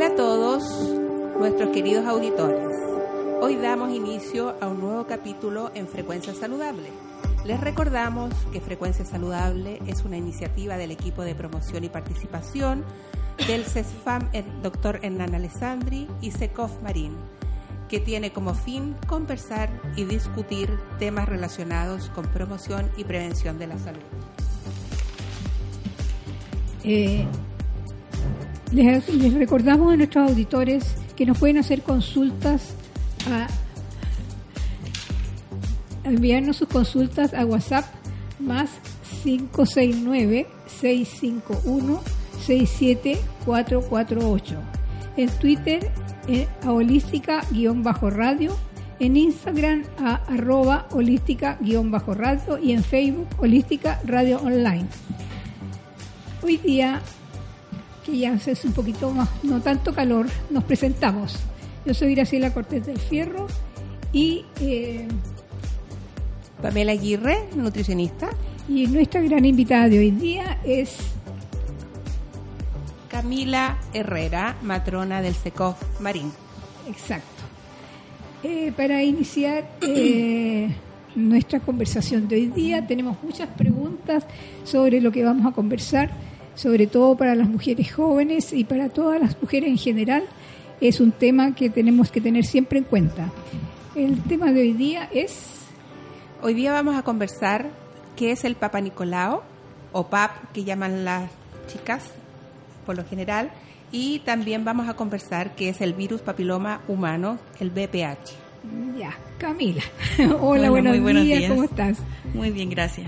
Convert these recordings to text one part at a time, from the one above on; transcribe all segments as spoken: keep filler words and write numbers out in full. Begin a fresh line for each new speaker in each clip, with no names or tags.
a todos nuestros queridos auditores. Hoy damos inicio a un nuevo capítulo en Frecuencia Saludable. Les recordamos que Frecuencia Saludable es una iniciativa del equipo de promoción y participación del CESFAM, el doctor Hernán Alessandri y SECOF Marín, que tiene como fin conversar y discutir temas relacionados con promoción y prevención de la salud.
Eh, les, les recordamos a nuestros auditores que nos pueden hacer consultas a, a enviarnos sus consultas a WhatsApp más cinco seis nueve, seis cinco uno, seis siete cuatro cuatro ocho, en Twitter eh, a holística-radio, en Instagram a arroba holística-radio y en Facebook Holística Radio Online. Hoy día, que ya hace un poquito más, no tanto calor, nos presentamos. Yo soy Graciela Cortés del Fierro y eh,
Pamela Aguirre, nutricionista.
Y nuestra gran invitada de hoy día es
Camila Herrera, matrona del SECOF Marín.
Exacto. Eh, para iniciar eh, nuestra conversación de hoy día, tenemos muchas preguntas sobre lo que vamos a conversar, sobre todo para las mujeres jóvenes y para todas las mujeres en general. Es un tema que tenemos que tener siempre en cuenta. El tema de hoy día es...
Hoy día vamos a conversar qué es el Papa Nicolau, o P A P, que llaman las chicas por lo general, y también vamos a conversar qué es el virus papiloma humano, el V P H.
Ya, Camila. Hola,
Hola,
buenos,
muy buenos
días.
días,
¿Cómo estás?
Muy bien, gracias.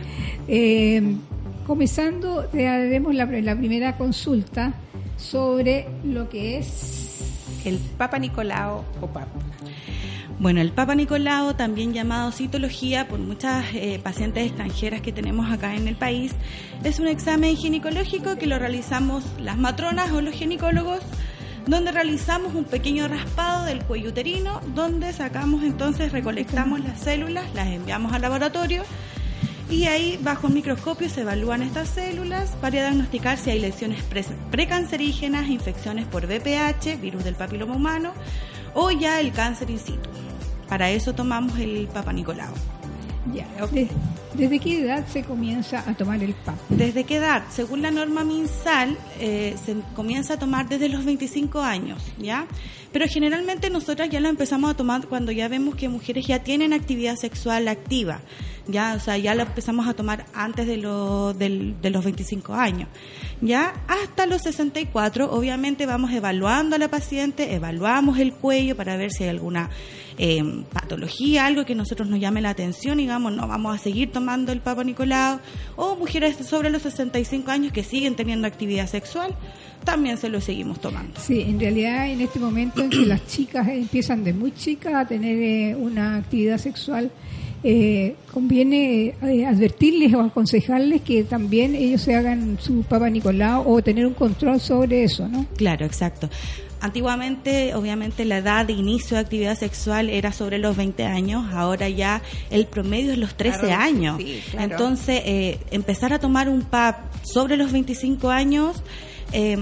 Eh, comenzando, te haremos la, la primera consulta sobre lo que es
el Papa Nicolau o P A P.
Bueno, el Papa Nicolau, también llamado citología por muchas eh, pacientes extranjeras que tenemos acá en el país, es un examen ginecológico que lo realizamos las matronas o los ginecólogos, donde realizamos un pequeño raspado del cuello uterino, donde sacamos entonces, recolectamos las células, las enviamos al laboratorio y ahí bajo un microscopio se evalúan estas células para diagnosticar si hay lesiones pre- precancerígenas, infecciones por V P H, virus del papiloma humano, o ya el cáncer in situ. Para eso tomamos el Papa Nicolau.
Ya. ¿Desde, ¿Desde qué edad se comienza a tomar el P A P?
¿Desde qué edad? Según la norma MinSal, eh, se comienza a tomar desde los veinticinco años, ¿ya? Pero generalmente nosotras ya lo empezamos a tomar cuando ya vemos que mujeres ya tienen actividad sexual activa, ya, o sea, ya lo empezamos a tomar antes de, lo, del, de los veinticinco años, ya hasta los sesenta y cuatro. Obviamente vamos evaluando a la paciente, evaluamos el cuello para ver si hay alguna eh, patología, algo que a nosotros nos llame la atención, y digamos, no vamos a seguir tomando el Papa Nicolau. O mujeres sobre los sesenta y cinco años que siguen teniendo actividad sexual, también se lo seguimos tomando.
Sí, en realidad en este momento en que las chicas empiezan de muy chicas a tener eh, una actividad sexual, eh, conviene eh, advertirles o aconsejarles que también ellos se hagan su Papa Nicolau o tener un control sobre eso, ¿no?
Claro, exacto. Antiguamente, obviamente, la edad de inicio de actividad sexual era sobre los veinte años, ahora ya el promedio es los trece
claro,
años.
Sí, claro.
Entonces, eh, empezar a tomar un P A P sobre los veinticinco años, eh,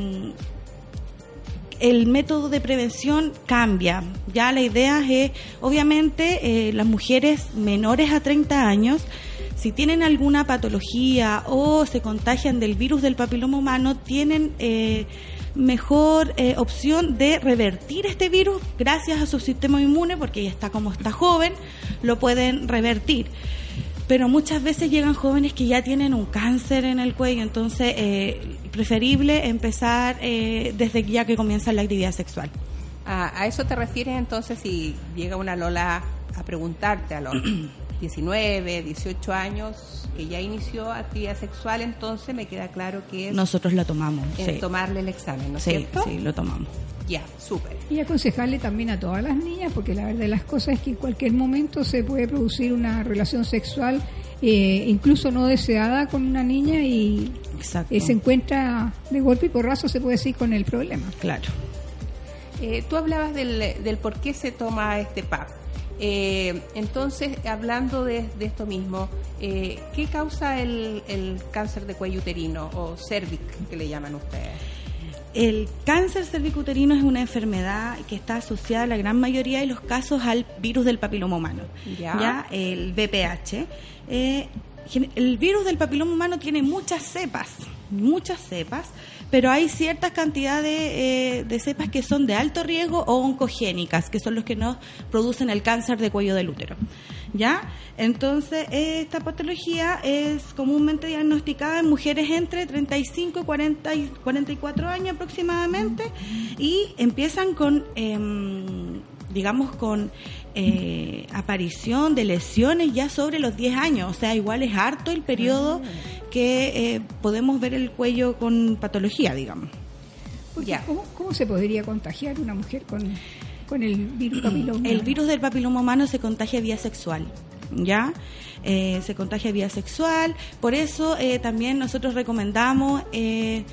el método de prevención cambia. Ya la idea es, obviamente, eh, las mujeres menores a treinta años, si tienen alguna patología o se contagian del virus del papiloma humano, tienen eh, mejor eh, opción de revertir este virus gracias a su sistema inmune, porque ya está como está joven, lo pueden revertir. Pero muchas veces llegan jóvenes que ya tienen un cáncer en el cuello, entonces eh, preferible empezar eh, desde ya que comienza la actividad sexual.
¿A, a eso te refieres entonces si llega una Lola a preguntarte a los diecinueve, dieciocho años que ya inició actividad sexual? Entonces me queda claro que es
nosotros la tomamos,
en
sí.
tomarle el examen, ¿no es
Sí,
cierto?
sí, lo tomamos.
Ya, súper.
Y aconsejarle también a todas las niñas, porque la verdad de las cosas es que en cualquier momento se puede producir una relación sexual, eh, incluso no deseada, con una niña y eh, se encuentra de golpe y porrazo, se puede decir, con el problema.
Claro.
Eh, tú hablabas del, del por qué se toma este P A P. Eh, entonces, hablando de, de esto mismo, eh, ¿qué causa el, el cáncer de cuello uterino o cervix, que le llaman ustedes?
el cáncer cervicuterino es una enfermedad que está asociada a la gran mayoría de los casos al virus del papiloma humano, ya, ¿ya? El V P H. Eh, el virus del papiloma humano tiene muchas cepas, muchas cepas, pero hay ciertas cantidades de, eh, de cepas que son de alto riesgo o oncogénicas, que son los que nos producen el cáncer de cuello del útero, ¿ya? Entonces, esta patología es comúnmente diagnosticada en mujeres entre treinta y cinco y cuarenta y cuarenta y cuatro años aproximadamente, y empiezan con, eh, digamos, con eh, aparición de lesiones ya sobre los diez años, o sea, igual es harto el periodo que eh, podemos ver el cuello con patología, digamos.
Ya. ¿Cómo, ¿Cómo se podría contagiar una mujer con, con el virus papiloma humano?
El virus del papiloma humano se contagia vía sexual, ¿ya? Eh, se contagia vía sexual, por eso eh, también nosotros recomendamos eh,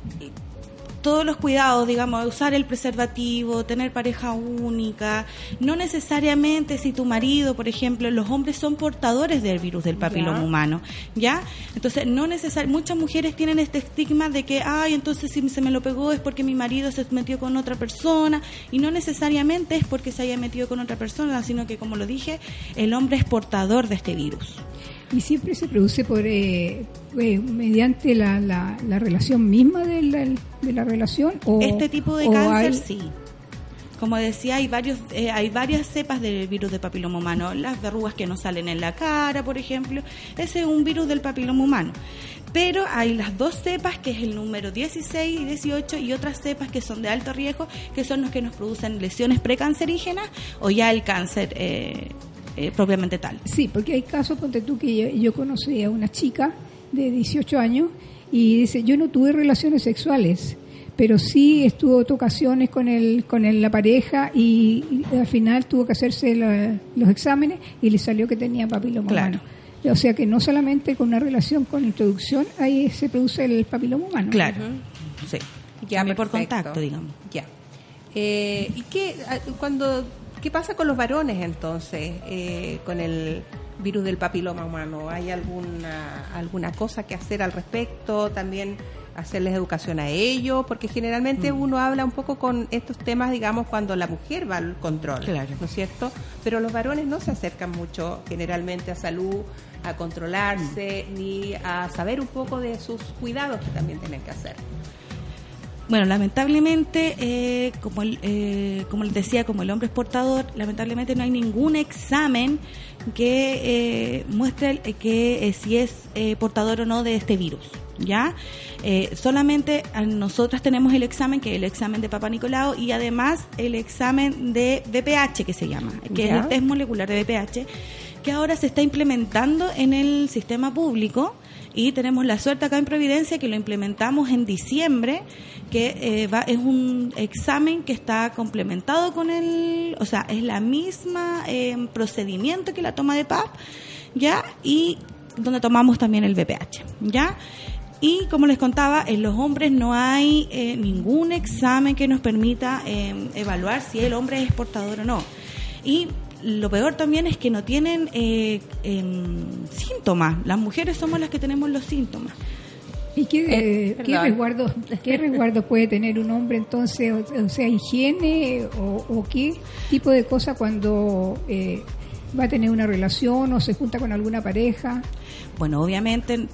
todos los cuidados, digamos, usar el preservativo, tener pareja única. No necesariamente si tu marido, por ejemplo, los hombres son portadores del virus del papiloma ya. humano, ¿ya? Entonces, no necesariamente, muchas mujeres tienen este estigma de que, ay, entonces si se me lo pegó es porque mi marido se metió con otra persona, y no necesariamente es porque se haya metido con otra persona, sino que, como lo dije, el hombre es portador de este virus.
¿Y siempre se produce por eh, eh, mediante la, la, la relación misma de la, de la relación? O,
este tipo de cáncer,
hay...
sí. Como decía, hay varios, eh, hay varias cepas del virus del papiloma humano. Las verrugas que nos salen en la cara, por ejemplo, ese es un virus del papiloma humano. Pero hay las dos cepas, que es el número dieciséis y dieciocho, y otras cepas que son de alto riesgo, que son los que nos producen lesiones precancerígenas o ya el cáncer eh, Eh, propiamente tal.
Sí, porque hay casos, ponte tú, que yo, yo conocí a una chica de dieciocho años y dice, yo no tuve relaciones sexuales, pero sí estuvo ocasiones con el con el, la pareja y, y al final tuvo que hacerse la, los exámenes y le salió que tenía papiloma
claro.
humano. O sea que no solamente con una relación con introducción ahí se produce el papiloma humano.
Claro, uh-huh. sí. Ya por contacto, digamos.
Ya. Eh, ¿Y qué cuando qué pasa con los varones entonces eh, con el virus del papiloma humano? ¿Hay alguna alguna cosa que hacer al respecto? También hacerles educación a ellos, porque generalmente mm. uno habla un poco con estos temas, digamos, cuando la mujer va al control,
claro.
¿no es cierto? Pero los varones no se acercan mucho generalmente a salud, a controlarse, mm. ni a saber un poco de sus cuidados que también tienen que hacer.
Bueno, lamentablemente, eh, como el, eh, como les decía, como el hombre es portador, lamentablemente no hay ningún examen que eh, muestre que eh, si es eh, portador o no de este virus, ¿ya? Eh, solamente nosotras tenemos el examen, que es el examen de Papa Nicolau, y además el examen de V P H, que se llama, que ¿ya? es el test molecular de V P H, que ahora se está implementando en el sistema público. Y tenemos la suerte acá en Providencia que lo implementamos en diciembre, que eh, va, es un examen que está complementado con el, o sea, es la misma eh, procedimiento que la toma de P A P, ¿ya? Y donde tomamos también el V P H, ¿ya? Y como les contaba, en los hombres no hay eh, ningún examen que nos permita eh, evaluar si el hombre es portador o no. Y lo peor también es que no tienen eh, eh, síntomas. Las mujeres somos las que tenemos los síntomas.
¿Y qué, eh, ¿qué resguardo qué resguardo puede tener un hombre entonces? O, o sea, higiene o, o qué tipo de cosa cuando eh, va a tener una relación o se junta con alguna pareja.
Bueno, obviamente,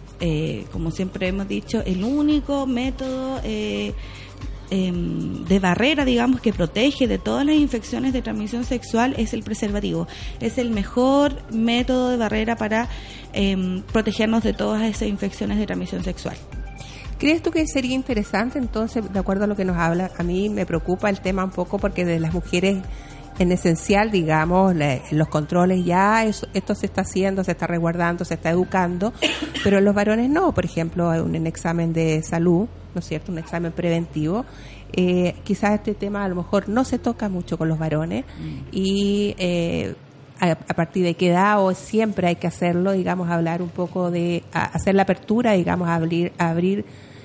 eh, como siempre hemos dicho, el único método eh, eh, de barrera, digamos, que protege de todas las infecciones de transmisión sexual es el preservativo. Es el mejor método de barrera para eh, protegernos de todas esas infecciones de transmisión sexual.
¿Crees tú que sería interesante entonces, de acuerdo a lo que nos habla? A mí me preocupa el tema un poco porque de las mujeres en esencial, digamos, la, los controles ya, eso, esto se está haciendo, se está resguardando, se está educando, pero los varones no. Por ejemplo, un, un examen de salud, ¿no es cierto?, un examen preventivo. Eh, quizás este tema a lo mejor no se toca mucho con los varones mm. y eh, a, a partir de qué edad o siempre hay que hacerlo, digamos, hablar un poco de, a, hacer la apertura, digamos, a abrir, a abrir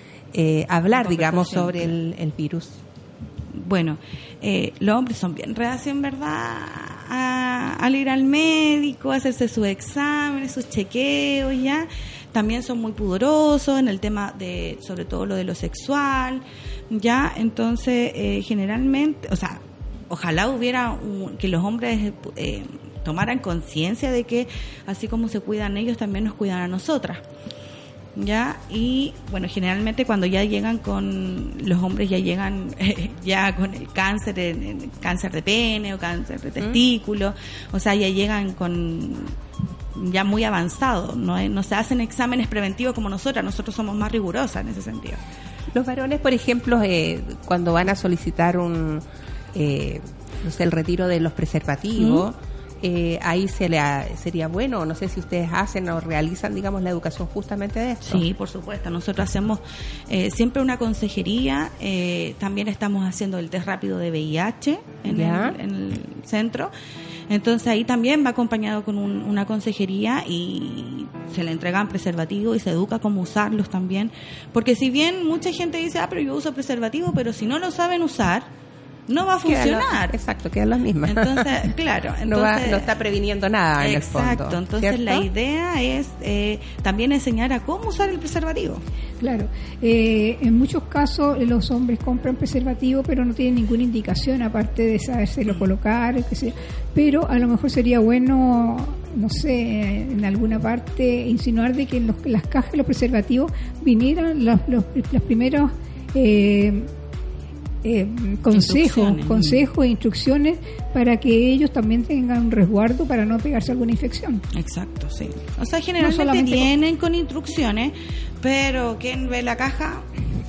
eh, hablar, digamos, sobre el, el virus.
Bueno, eh, los hombres son bien reacios, en verdad, a, a, al ir al médico, hacerse sus exámenes, sus chequeos, ya. También son muy pudorosos en el tema de, sobre todo lo de lo sexual, ya. Entonces, eh, generalmente, o sea, ojalá hubiera un, que los hombres eh, tomaran conciencia de que así como se cuidan ellos, también nos cuidan a nosotras. Ya, y bueno, generalmente cuando ya llegan con los hombres ya llegan eh, ya con el cáncer, el, el cáncer de pene o cáncer de testículo, mm. o sea, ya llegan con ya muy avanzado, no, no se hacen exámenes preventivos como nosotras, nosotros somos más rigurosas en ese sentido.
Los varones, por ejemplo, eh, cuando van a solicitar un eh, no sé, el retiro de los preservativos, ¿Mm? Eh, ahí se le ha, sería bueno, no sé si ustedes hacen o realizan, digamos, la educación justamente de esto.
Sí, por supuesto, nosotros hacemos eh, siempre una consejería, eh, también estamos haciendo el test rápido de V I H en, el, en el centro, entonces ahí también va acompañado con un, una consejería y se le entregan preservativos y se educa cómo usarlos también, porque si bien mucha gente dice, ah, pero yo uso preservativo, pero si no lo saben usar, no va a funcionar.
Lo, exacto, quedan las mismas.
Entonces, claro. Entonces,
no, va, no está previniendo nada en el fondo.
Exacto, entonces ¿cierto? La idea es eh, también enseñar a cómo usar el preservativo.
Claro, eh, en muchos casos los hombres compran preservativo pero no tienen ninguna indicación aparte de sabérselo colocar, que sea. Pero a lo mejor sería bueno, no sé, en alguna parte insinuar de que en los, las cajas de los preservativos vinieran los, los, los primeros... Eh, Eh, consejos, consejos e instrucciones para que ellos también tengan un resguardo para no pegarse alguna infección.
Exacto, sí. O sea, generalmente no vienen con... con instrucciones, pero ¿quién ve la caja?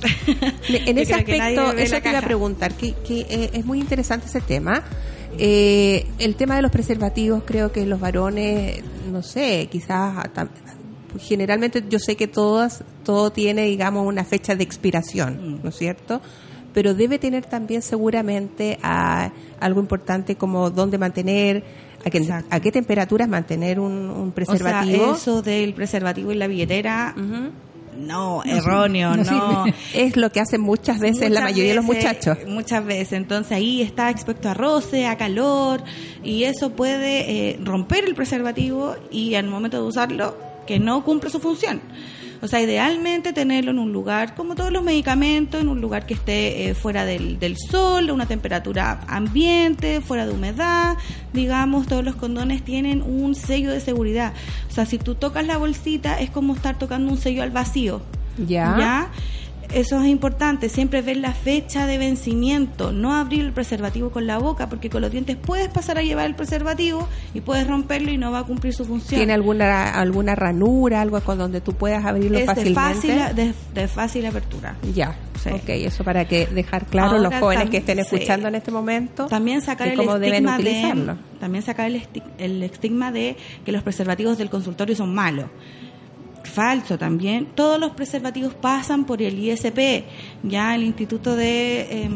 En ese aspecto, eso te iba a preguntar, que, que eh, es muy interesante ese tema. Eh, el tema de los preservativos, creo que los varones, no sé, quizás... generalmente yo sé que todas, todo tiene, digamos, una fecha de expiración, ¿no es cierto?, pero debe tener también seguramente a algo importante como dónde mantener, a qué, a qué temperaturas mantener un, un preservativo.
O sea, eso del preservativo y la billetera, uh-huh. no, no, erróneo, no. no.
Es lo que hacen muchas veces muchas la mayoría veces, de los muchachos.
Muchas veces, entonces ahí está expuesto a roce, a calor, y eso puede eh, romper el preservativo y al momento de usarlo, que no cumple su función. O sea, idealmente tenerlo en un lugar, como todos los medicamentos, en un lugar que esté eh, fuera del, del sol, una temperatura ambiente, fuera de humedad. Digamos, todos los condones tienen un sello de seguridad. O sea, si tú tocas la bolsita, es como estar tocando un sello al vacío.
Ya.
¿Ya? Eso es importante, siempre ver la fecha de vencimiento, no abrir el preservativo con la boca, porque con los dientes puedes pasar a llevar el preservativo y puedes romperlo y no va a cumplir su función.
¿Tiene alguna alguna ranura, algo con donde tú puedas abrirlo
es
fácilmente?
Es de, de fácil apertura.
Ya, sí. Ok, eso para que dejar claro a los jóvenes tam- que estén escuchando sí. en este momento.
También sacar el estigma de, también sacar el, esti- el estigma de que los preservativos del consultorio son malos. Falso también. Todos los preservativos pasan por el I S P, ya el Instituto de eh,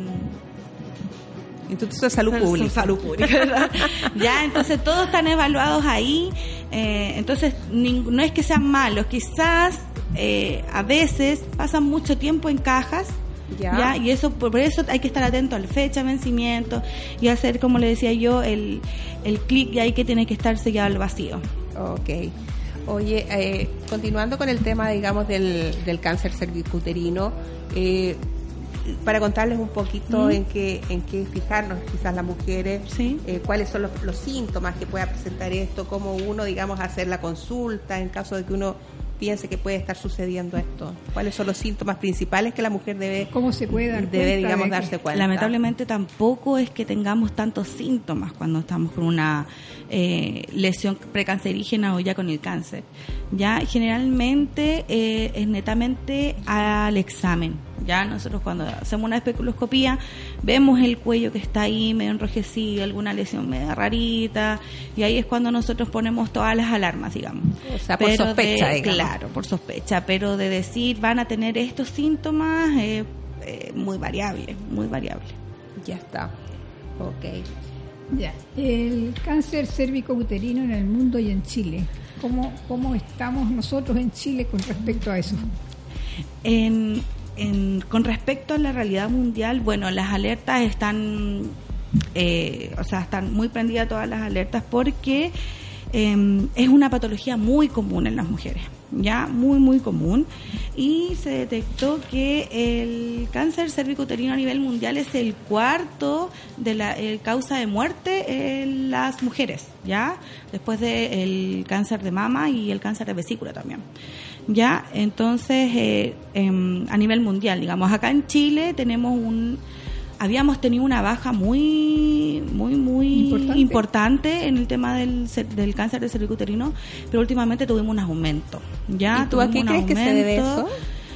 Instituto de Salud Pública.
Salud Pública, ya, entonces todos están evaluados ahí. Eh, entonces ning- no es que sean malos, quizás eh, a veces pasan mucho tiempo en cajas. Ya. ya y eso por eso hay que estar atento a la fecha de vencimiento y hacer, como le decía yo, el el clic y ahí que tiene que estar sellado al vacío.
Okay. Oye, eh, continuando con el tema, digamos, del, del cáncer cervicuterino, eh, para contarles un poquito mm. en qué en qué fijarnos, quizás las mujeres,
¿sí?
eh, cuáles son los, los síntomas que pueda presentar esto, cómo uno, digamos, hacer la consulta en caso de que uno piense que puede estar sucediendo esto. ¿Cuáles son los síntomas principales que la mujer debe,
¿Cómo se puede dar
debe
cuenta
digamos,
de
darse
que...
cuenta?
Lamentablemente tampoco es que tengamos tantos síntomas cuando estamos con una eh, lesión precancerígena o ya con el cáncer. Ya generalmente eh, es netamente al examen. Ya nosotros cuando hacemos una especuloscopía vemos el cuello que está ahí medio enrojecido, alguna lesión medio rarita, y ahí es cuando nosotros ponemos todas las alarmas, digamos.
O sea, por
pero
sospecha,
de,
digamos.
Claro, por sospecha, pero de decir van a tener estos síntomas, eh, eh, muy variable, muy variable.
Ya está. Ok.
Ya. El cáncer cérvico-uterino en el mundo y en Chile. ¿Cómo, cómo estamos nosotros en Chile con respecto a eso?
En, en, con respecto a la realidad mundial, bueno, las alertas están eh, o sea, están muy prendidas todas las alertas porque eh, es una patología muy común en las mujeres, ya muy muy común, y se detectó que el cáncer cervicuterino a nivel mundial es el cuarto de la eh, causa de muerte en las mujeres, ya después del cáncer de mama y el cáncer de vesícula también. Ya, entonces eh, eh, a nivel mundial, digamos, acá en Chile tenemos un habíamos tenido una baja muy muy muy importante, importante en el tema del del cáncer de cervicuterino, pero últimamente tuvimos un aumento. Ya,
¿y tú a qué crees que se debe eso?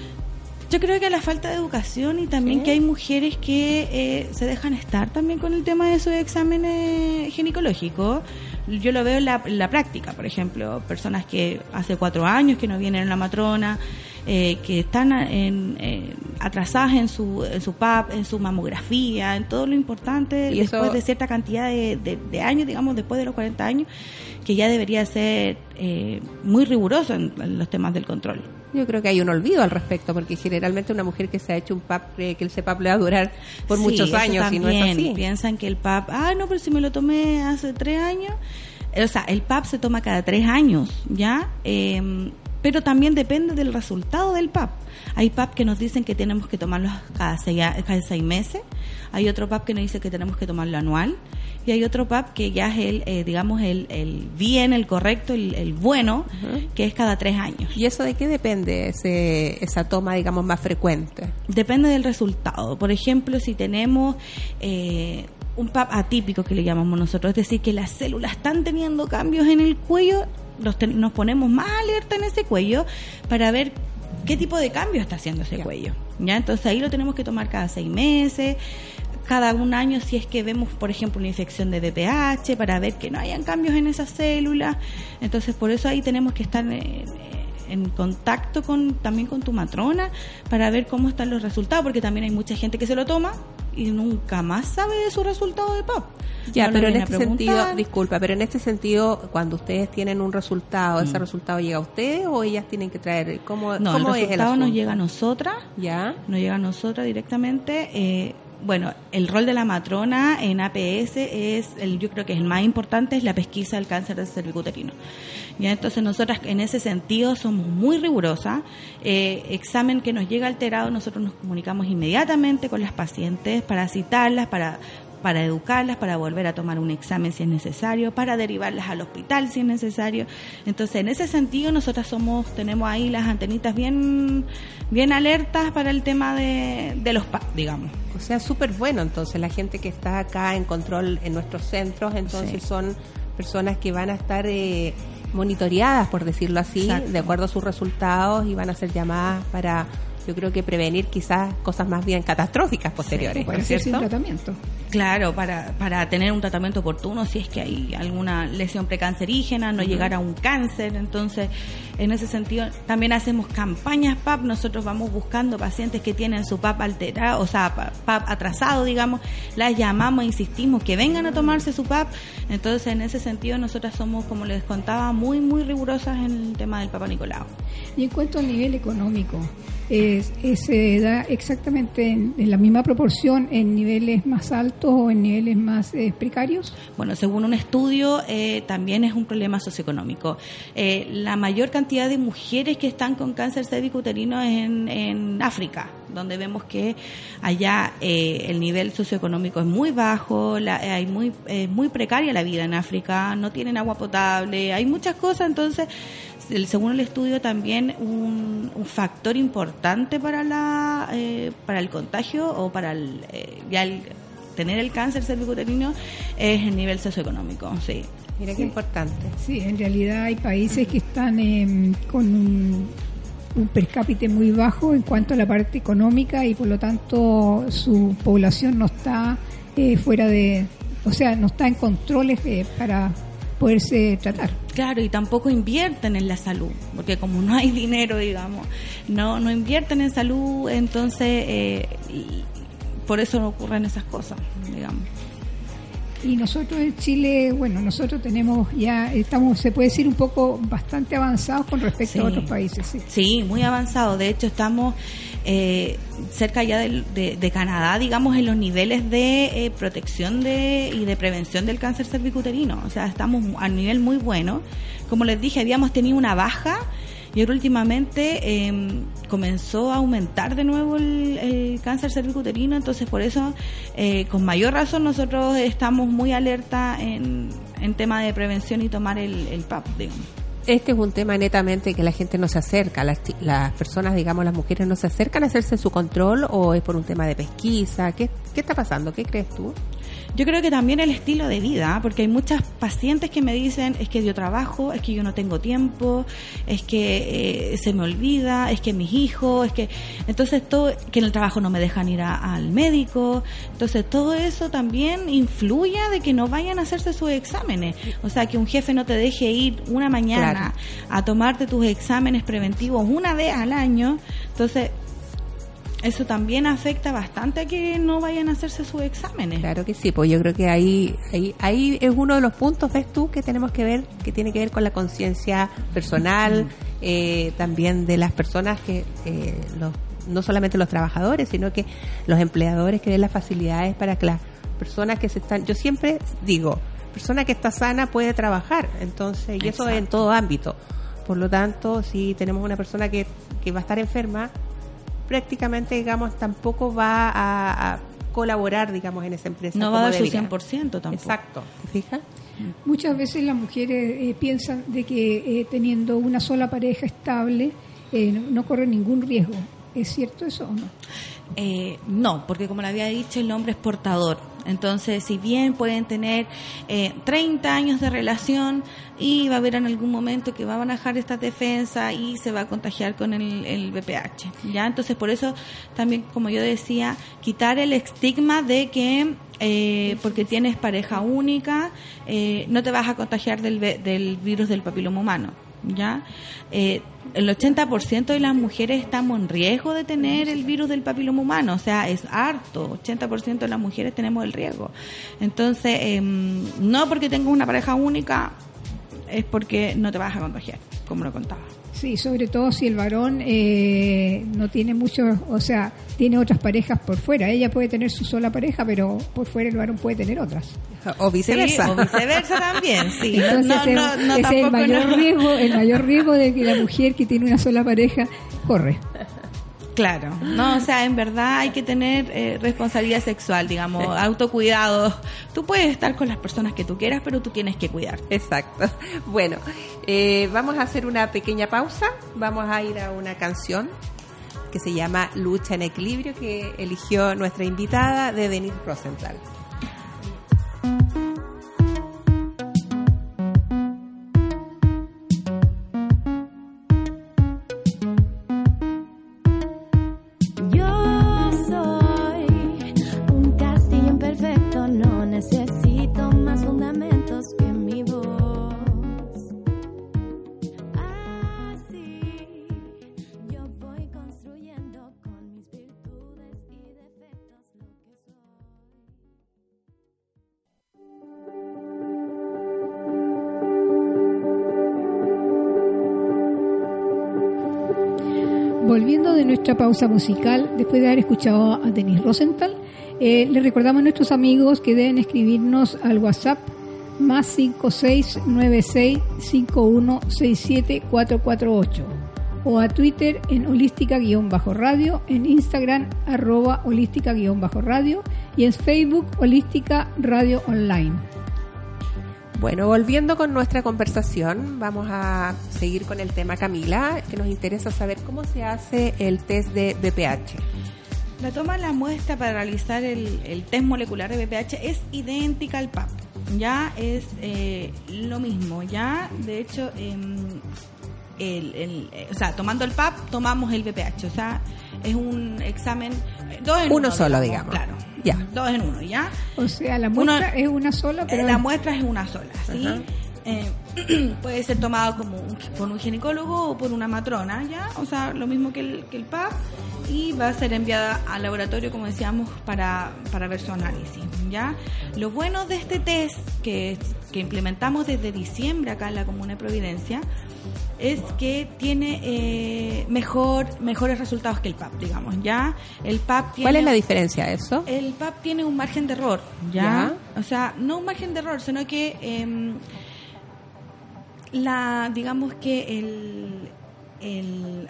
Yo creo que a la falta de educación y también ¿sí? que hay mujeres que eh, se dejan estar también con el tema de sus exámenes ginecológicos. Yo lo veo en la, en la práctica, por ejemplo, personas que hace cuatro años que no vienen a la matrona, eh, que están en, en, atrasadas en su en su P A P, en su mamografía, en todo lo importante, y después eso... de cierta cantidad de, de, de años, digamos, después de los cuarenta años, que ya debería ser eh, muy riguroso en, en los temas del control.
Yo creo que hay un olvido al respecto, porque generalmente una mujer que se ha hecho un P A P, que ese P A P le va a durar por sí, muchos años,
también,
y no es así.
Piensan que el P A P, ah, no, pero si me lo tomé hace tres años, o sea, el P A P se toma cada tres años, ¿ya? Eh, pero también depende del resultado del P A P. Hay P A P que nos dicen que tenemos que tomarlo cada seis, cada seis meses, hay otro P A P que nos dice que tenemos que tomarlo anual, y hay otro P A P que ya es el, eh, digamos, el, el bien, el correcto, el, el bueno, uh-huh. que es cada tres años.
¿Y eso de qué depende, ese, esa toma, digamos, más frecuente?
Depende del resultado. Por ejemplo, si tenemos eh, un P A P atípico, que le llamamos nosotros, es decir, que las células están teniendo cambios en el cuello, nos, ten, nos ponemos más alerta en ese cuello para ver qué tipo de cambio está haciendo ese ya. cuello. ¿Ya? Entonces ahí lo tenemos que tomar cada seis meses, cada un año si es que vemos, por ejemplo, una infección de D P H, para ver que no hayan cambios en esas células. Entonces por eso ahí tenemos que estar en, en contacto con también con tu matrona para ver cómo están los resultados, porque también hay mucha gente que se lo toma y nunca más sabe de su resultado de P A P.
Ya, no pero en este sentido, disculpa, pero en este sentido, cuando ustedes tienen un resultado, ¿ese mm. resultado llega a ustedes o ellas tienen que traer? ¿Cómo,
no,
cómo
el
es
resultado
el
nos llega a nosotras,
ya,
nos llega a nosotras directamente. Eh, bueno, el rol de la matrona en A P S es, el, yo creo que es el más importante, es la pesquisa del cáncer de cervicuterino. Ya, entonces nosotras en ese sentido somos muy rigurosas. Eh, examen que nos llega alterado, nosotros nos comunicamos inmediatamente con las pacientes para citarlas, para para educarlas, para volver a tomar un examen si es necesario, para derivarlas al hospital si es necesario. Entonces, en ese sentido, nosotras somos tenemos ahí las antenitas bien bien alertas para el tema de, de los P A P, digamos.
O sea, súper bueno, entonces, la gente que está acá en control en nuestros centros, entonces sí. son personas que van a estar eh, monitoreadas, por decirlo así, exacto, de acuerdo a sus resultados, y van a ser llamadas para... yo creo que prevenir quizás cosas más bien catastróficas posteriores.
Sí, puede ser sin tratamiento.
Claro, para para tener un tratamiento oportuno si es que hay alguna lesión precancerígena, no uh-huh. llegar a un cáncer. Entonces, en ese sentido, también hacemos campañas P A P. Nosotros vamos buscando pacientes que tienen su P A P alterado, o sea, P A P atrasado, digamos. Las llamamos, insistimos que vengan a tomarse su P A P. Entonces, en ese sentido, nosotras somos, como les contaba, muy, muy rigurosas en el tema del Papa Nicolau.
Y en cuanto al nivel económico, Eh, eh, se da exactamente en, en la misma proporción en niveles más altos o en niveles más eh, precarios?
Bueno, según un estudio, eh, también es un problema socioeconómico. Eh, la mayor cantidad de mujeres que están con cáncer cervicuterino es en, en África, donde vemos que allá eh, el nivel socioeconómico es muy bajo, la, hay muy, eh, muy precaria la vida en África, no tienen agua potable, hay muchas cosas. Entonces, el, según el estudio, también un, un factor importante para la eh, para el contagio o para el, eh, ya el tener el cáncer cervicuterino es el nivel socioeconómico. Sí.
Mira
sí.
qué importante.
Sí, en realidad hay países que están eh, con un, un per cápita muy bajo en cuanto a la parte económica y por lo tanto su población no está eh, fuera de, o sea, no está en controles eh, para poderse tratar.
Claro, y tampoco invierten en la salud, porque como no hay dinero, digamos, no no invierten en salud, entonces eh, por eso no ocurren esas cosas, digamos.
Y nosotros en Chile, bueno, nosotros tenemos ya, estamos, se puede decir, un poco bastante avanzados con respecto
sí.
a otros países. Sí,
sí, muy avanzados. De hecho, estamos eh, cerca ya de, de, de Canadá, digamos, en los niveles de eh, protección de y de prevención del cáncer cervicuterino. O sea, estamos a un nivel muy bueno. Como les dije, habíamos tenido una baja y ahora últimamente eh, comenzó a aumentar de nuevo el, el cáncer cervicuterino, entonces por eso, eh, con mayor razón, nosotros estamos muy alerta en, en tema de prevención y tomar el, el P A P, digamos.
Este es un tema netamente que la gente no se acerca, las, las personas, digamos, las mujeres no se acercan a hacerse su control, o es por un tema de pesquisa. ¿Qué, qué está pasando? ¿Qué crees tú?
Yo creo que también el estilo de vida, porque hay muchas pacientes que me dicen, es que yo trabajo, es que yo no tengo tiempo, es que eh, se me olvida, es que mis hijos, es que entonces todo, que en el trabajo no me dejan ir a, al médico, entonces todo eso también influye de que no vayan a hacerse sus exámenes, o sea, que un jefe no te deje ir una mañana, claro, a tomarte tus exámenes preventivos una vez al año, entonces eso también afecta bastante a que no vayan a hacerse sus exámenes.
Claro que sí, pues yo creo que ahí, ahí ahí es uno de los puntos, ves tú, que tenemos que ver, que tiene que ver con la conciencia personal, eh, también de las personas que, eh, los, no solamente los trabajadores, sino que los empleadores que den las facilidades para que las personas que se están, yo siempre digo, persona que está sana puede trabajar, entonces, y eso es en todo ámbito. Por lo tanto, si tenemos una persona que, que va a estar enferma, prácticamente, digamos, tampoco va a, a colaborar, digamos, en esa empresa.
No va a dar su cien por ciento tampoco.
Exacto, ¿te fijas?
Muchas veces las mujeres eh, piensan de que eh, teniendo una sola pareja estable eh, no, no corre ningún riesgo. ¿Es cierto eso o no?
Eh, no, porque como le había dicho, el hombre es portador. Entonces, si bien pueden tener eh, treinta años de relación y va a haber en algún momento que va a bajar esta defensa y se va a contagiar con el, el V P H, ¿ya? Entonces, por eso también, como yo decía, quitar el estigma de que eh, porque tienes pareja única eh, no te vas a contagiar del, del virus del papiloma humano, ¿ya? Eh, el ochenta por ciento de las mujeres estamos en riesgo de tener el virus del papiloma humano, o sea, es harto, ochenta por ciento de las mujeres tenemos el riesgo. Entonces, eh, no porque tengas una pareja única, es porque no te vas a contagiar, como lo contaba.
Sí, sobre todo si el varón eh, no tiene muchos, o sea, tiene otras parejas por fuera. Ella puede tener su sola pareja, pero por fuera el varón puede tener otras.
O viceversa.
Sí, o viceversa también, sí.
Entonces,
no, no, no,
ese es el mayor
no.
riesgo, el mayor riesgo de que la mujer que tiene una sola pareja corre.
Claro, no, o sea, en verdad hay que tener eh, responsabilidad sexual, digamos, autocuidado. Tú puedes estar con las personas que tú quieras, pero tú tienes que cuidar.
Exacto. Bueno, eh, vamos a hacer una pequeña pausa. Vamos a ir a una canción que se llama Lucha en Equilibrio, que eligió nuestra invitada, de Denise Rosenthal.
Volviendo de nuestra pausa musical, después de haber escuchado a Denise Rosenthal, eh, les recordamos a nuestros amigos que deben escribirnos al WhatsApp más cinco seis nueve seis cinco uno seis siete cuatro cuatro ocho o a Twitter en holística-radio, en Instagram arroba holística-radio y en Facebook Holística Radio Online.
Bueno, volviendo con nuestra conversación, vamos a seguir con el tema, Camila, que nos interesa saber cómo se hace el test de V P H.
La toma de la muestra para realizar el, el test molecular de V P H es idéntica al P A P, ya es eh, lo mismo, ya de hecho, eh, el, el, o sea, tomando el P A P tomamos el V P H, o sea, es un examen, dos en uno,
uno solo, digamos,
claro.
Ya.
Dos en uno, ¿ya?
O sea, la muestra uno, es una sola, pero...
La muestra es una sola, ¿sí?
Uh-huh.
Eh, puede ser tomado como un, por un ginecólogo o por una matrona, ¿ya? O sea, lo mismo que el, que el P A P, y va a ser enviada al laboratorio, como decíamos, para, para ver su análisis, ¿ya? Lo bueno de este test que, que implementamos desde diciembre acá en la Comuna de Providencia es que tiene eh, mejor mejores resultados que el P A P, digamos, ¿ya? El P A P tiene,
¿cuál es la diferencia de eso?
El P A P tiene un margen de error, ¿ya? ¿Ya? O sea, no un margen de error, sino que eh, la, digamos que el el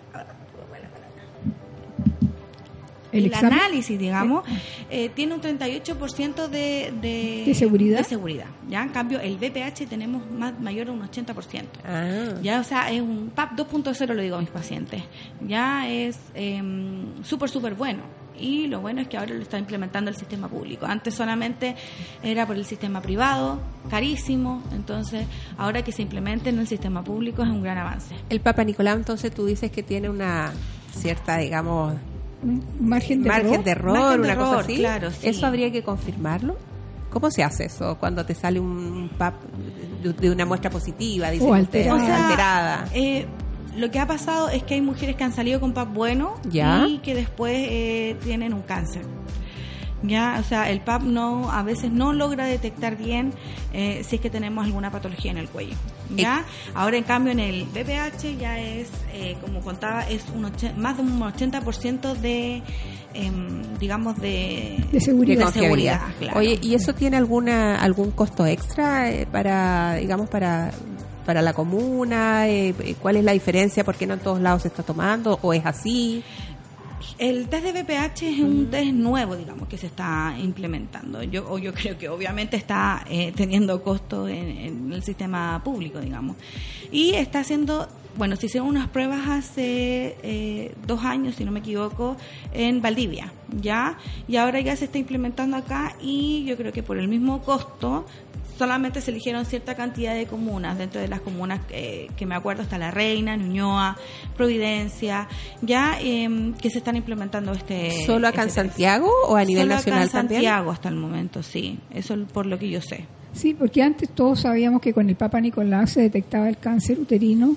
el, el análisis, digamos, eh, tiene un treinta y ocho por ciento de, de,
¿De seguridad?
De seguridad, ¿ya? En cambio, el B P H tenemos más mayor a un ochenta por ciento.
Ah.
Ya, o sea, es un P A P dos punto cero, lo digo a mis pacientes. Ya es eh, súper, súper bueno. Y lo bueno es que ahora lo está implementando el sistema público. Antes solamente era por el sistema privado, carísimo. Entonces, ahora que se implemente en el sistema público es un gran avance.
El Papa Nicolau, entonces tú dices que tiene una cierta, digamos,
margen de
margen
error,
de error
margen de
una
error,
cosa así.
Claro, sí.
¿Eso habría que confirmarlo? ¿Cómo se hace eso cuando te sale un P A P de, de una muestra positiva, dicen
o
ustedes,
alterada?
O sea,
alterada?
Eh, lo que ha pasado es que hay mujeres que han salido con P A P bueno
¿Ya?
Y que después eh, tienen un cáncer. Ya, o sea, el P A P no, a veces no logra detectar bien eh, si es que tenemos alguna patología en el cuello. Ya, ahora en cambio en el B P H ya es, eh, como contaba, es un och- más de un ochenta por ciento de, eh, digamos, de,
de seguridad.
de seguridad, claro.
Oye, ¿y eso tiene alguna algún costo extra eh, para, digamos, para para la comuna? Eh, ¿Cuál es la diferencia? ¿Por qué no en todos lados se está tomando? ¿O es así?
El test de B P H es un test nuevo, digamos, que se está implementando. Yo, o yo creo que obviamente está eh, teniendo costo en, en el sistema público, digamos. Y está haciendo, bueno, se hicieron unas pruebas hace eh, dos años, si no me equivoco, en Valdivia, ¿ya? Y ahora ya se está implementando acá y yo creo que por el mismo costo solamente se eligieron cierta cantidad de comunas. Dentro de las comunas eh, que me acuerdo está La Reina, Ñuñoa, Providencia, ya eh, que se están implementando este...
¿Solo acá
este
en Santiago o a nivel
Solo
nacional
acá en
también?
Santiago hasta el momento, sí. Eso es por lo que yo sé.
Sí, porque antes todos sabíamos que con el Papa Nicolau se detectaba el cáncer uterino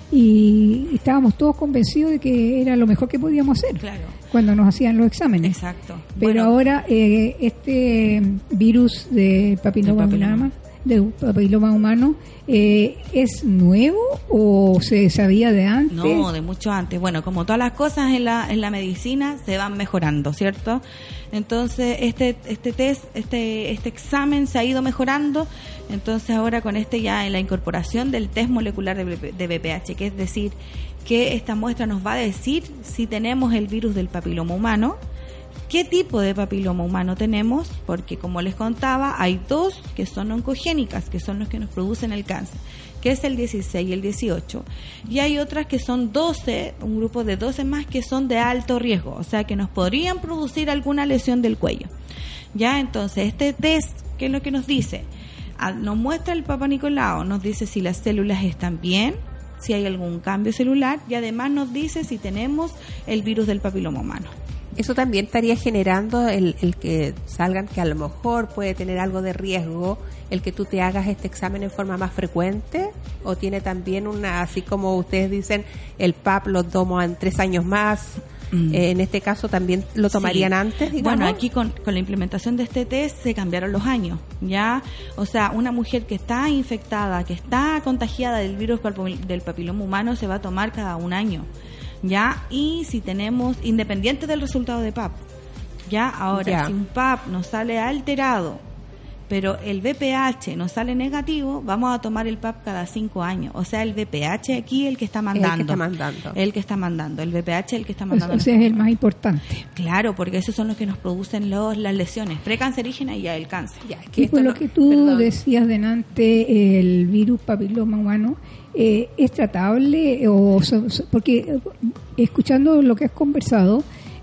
y estábamos todos convencidos de que era lo mejor que podíamos hacer.
Claro.
Cuando nos hacían los exámenes.
Exacto.
Pero
Bueno,
ahora eh, este virus de papiloma,
El papiloma.
humano, de papiloma humano eh, ¿es nuevo o se sabía de antes?
no, de mucho antes. Bueno, como todas las cosas en la en la medicina se van mejorando, ¿cierto? Entonces, este este test, este este examen se ha ido mejorando. Entonces, ahora con este ya en la incorporación del test molecular de, de B P H, que es decir, que esta muestra nos va a decir si tenemos el virus del papiloma humano, qué tipo de papiloma humano tenemos, porque como les contaba, hay dos que son oncogénicas, que son los que nos producen el cáncer, que es el dieciséis y el dieciocho, y hay otras que son doce, un grupo de doce más que son de alto riesgo, o sea que nos podrían producir alguna lesión del cuello. Ya, entonces este test, ¿qué es lo que nos dice? Ah, nos muestra el Papa Nicolau, nos dice si las células están bien, si hay algún cambio celular, y además nos dice si tenemos el virus del papiloma humano.
Eso también estaría generando el, el que salgan que a lo mejor puede tener algo de riesgo el que tú te hagas este examen en forma más frecuente, o tiene también una, así como ustedes dicen, el P A P lo tomo en tres años más. Mm. Eh, en este caso también lo tomarían
sí.
antes, digamos.
Bueno, aquí con, con la implementación de este test se cambiaron los años, ¿ya? O sea, una mujer que está infectada, que está contagiada del virus del papiloma humano, se va a tomar cada un año, ¿ya? Y si tenemos, independiente del resultado de P A P, ¿ya? Ahora,
ya.
si un P A P nos sale alterado, pero el B P H nos sale negativo, vamos a tomar el P A P cada cinco años. O sea, el B P H aquí el que está mandando.
El que está mandando.
El que está mandando. El B P H el que está mandando.
O sea, es el más importante.
Claro, porque esos son los que nos producen los, las lesiones precancerígenas y ya el cáncer.
Ya, que
Y por
esto
lo
no-
que tú
perdón.
decías delante, el virus papiloma humano, eh, ¿es tratable? o so- so- Porque eh, escuchando lo que has conversado,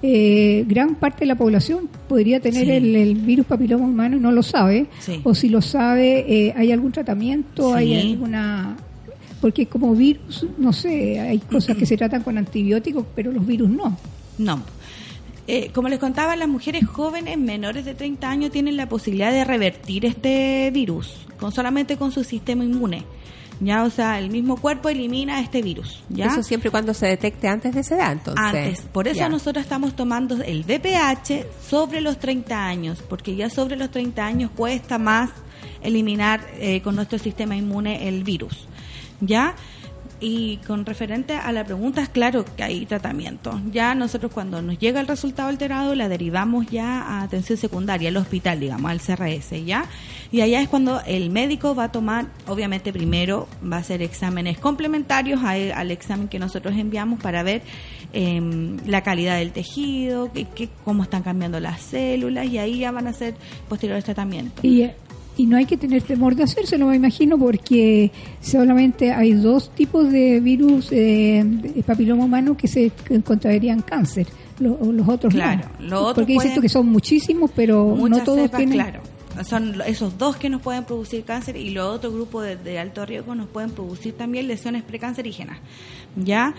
eh, gran parte de la población podría tener
Sí.
el, el virus papiloma humano y no lo sabe.
Sí.
O si lo sabe, eh, ¿hay algún tratamiento?
Sí.
¿Hay alguna...? Porque como virus, no sé, hay cosas que se tratan con antibióticos, pero los virus no.
No. Eh, como les contaba, las mujeres jóvenes menores de treinta años tienen la posibilidad de revertir este virus con solamente con su sistema inmune. Ya, o sea, el mismo cuerpo elimina este virus. ¿Ya?
Eso siempre y cuando se detecte antes de esa edad, entonces.
Antes. Por eso
ya.
nosotros estamos tomando el V P H sobre los treinta años, porque ya sobre los treinta años cuesta más eliminar eh, con nuestro sistema inmune el virus. ¿Ya? Y con referente a la pregunta, es claro que hay tratamiento. Ya nosotros cuando nos llega el resultado alterado, la derivamos ya a atención secundaria, al hospital, digamos, al C R S, ¿ya? Y allá es cuando el médico va a tomar, obviamente primero va a hacer exámenes complementarios a, al examen que nosotros enviamos para ver eh, la calidad del tejido, que, que, cómo están cambiando las células, y ahí ya van a hacer posteriores tratamientos.
Y Y no hay que tener temor de hacérselo, me imagino, porque solamente hay dos tipos de virus eh, de papiloma humano que se que contraerían cáncer. Los, los otros
claro,
no.
Los otros
porque dices tú que son muchísimos, pero no todos
cepas,
tienen...
Claro, son esos dos que nos pueden producir cáncer, y los otros grupos de, de alto riesgo nos pueden producir también lesiones precancerígenas. ¿Ya?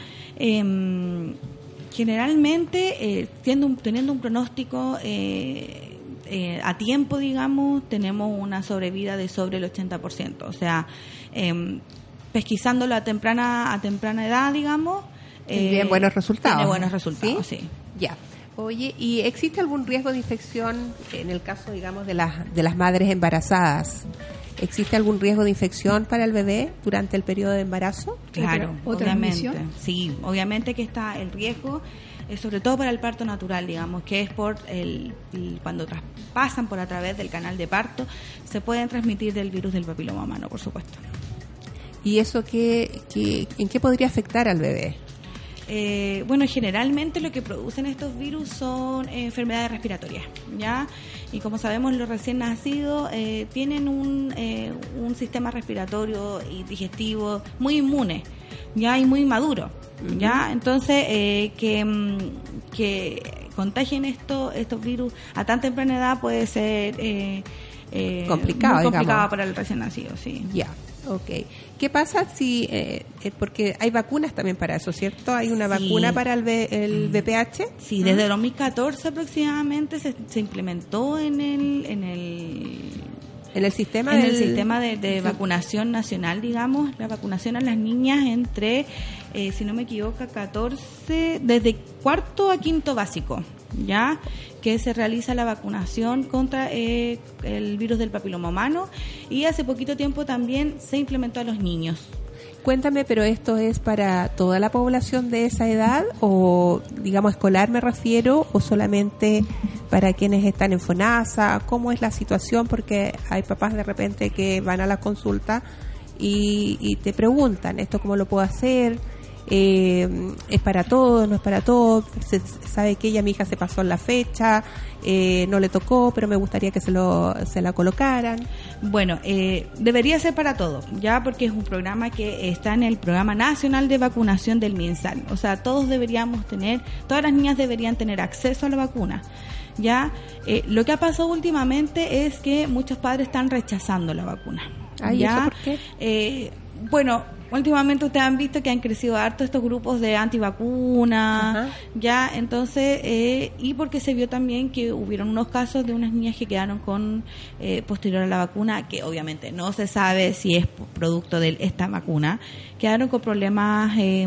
Eh, generalmente, eh, teniendo, un, teniendo un pronóstico... Eh, Eh, a tiempo, digamos, tenemos una sobrevida de sobre el ochenta por ciento. O sea, eh, pesquisándolo a temprana a temprana edad, digamos,
eh, bien buenos resultados.
Tiene buenos resultados, sí.
sí. Ya. Oye, ¿y existe algún riesgo de infección en el caso, digamos, de las de las madres embarazadas? ¿Existe algún riesgo de infección para el bebé durante el periodo de embarazo?
Claro,
¿Otra
obviamente.
transmisión?
Sí, obviamente que está el riesgo, eh, sobre todo para el parto natural, digamos, que es por el, el cuando traspasan por a través del canal de parto, se pueden transmitir del virus del papiloma humano, por supuesto.
¿Y eso qué, qué, en qué podría afectar al bebé?
Eh, bueno, generalmente lo que producen estos virus son eh, enfermedades respiratorias, ¿ya? Y como sabemos, los recién nacidos eh, tienen un, eh, un sistema respiratorio y digestivo muy inmune, ¿ya? Y muy maduro, ¿ya? Uh-huh. Entonces, eh, que, que contagien esto, estos virus a tan temprana edad puede ser eh, eh,
complicado,
muy complicado
digamos.
para el recién nacido, sí.
Ya. Okay. ¿Qué pasa si, eh, porque hay vacunas también para eso, ¿cierto? ¿Hay una
sí.
vacuna para el, v, el V P H?
Sí, desde dos mil catorce aproximadamente se, se implementó en el en el
en el sistema
en
del...
el sistema de, de vacunación nacional, digamos, la vacunación a las niñas entre, eh, si no me equivoco, catorce, desde cuarto a quinto básico, ¿ya? Que se realiza la vacunación contra eh, el virus del papiloma humano, y hace poquito tiempo también se implementó a los niños.
Cuéntame, pero ¿esto es para toda la población de esa edad o, digamos, escolar me refiero, o solamente para quienes están en FONASA? ¿Cómo es la situación? Porque hay papás de repente que van a la consulta y, y te preguntan, ¿esto cómo lo puedo hacer? Eh, ¿Es para todos? ¿No es para todos? Se sabe que ella, mi hija, se pasó en la fecha, eh, no le tocó, pero me gustaría que se lo se la colocaran.
Bueno, eh, debería ser para todos, ya, porque es un programa que está en el Programa Nacional de Vacunación del MinSal. O sea, todos deberíamos tener, todas las niñas deberían tener acceso a la vacuna. Ya, eh, lo que ha pasado últimamente es que muchos padres están rechazando la vacuna.
Ay,
¿ya?
¿eso por qué?
Eh, bueno, últimamente ustedes han visto que han crecido harto estos grupos de antivacunas, ya, entonces, eh, y porque se vio también que hubieron unos casos de unas niñas que quedaron con, eh, posterior a la vacuna, que obviamente no se sabe si es producto de esta vacuna, quedaron con problemas, eh,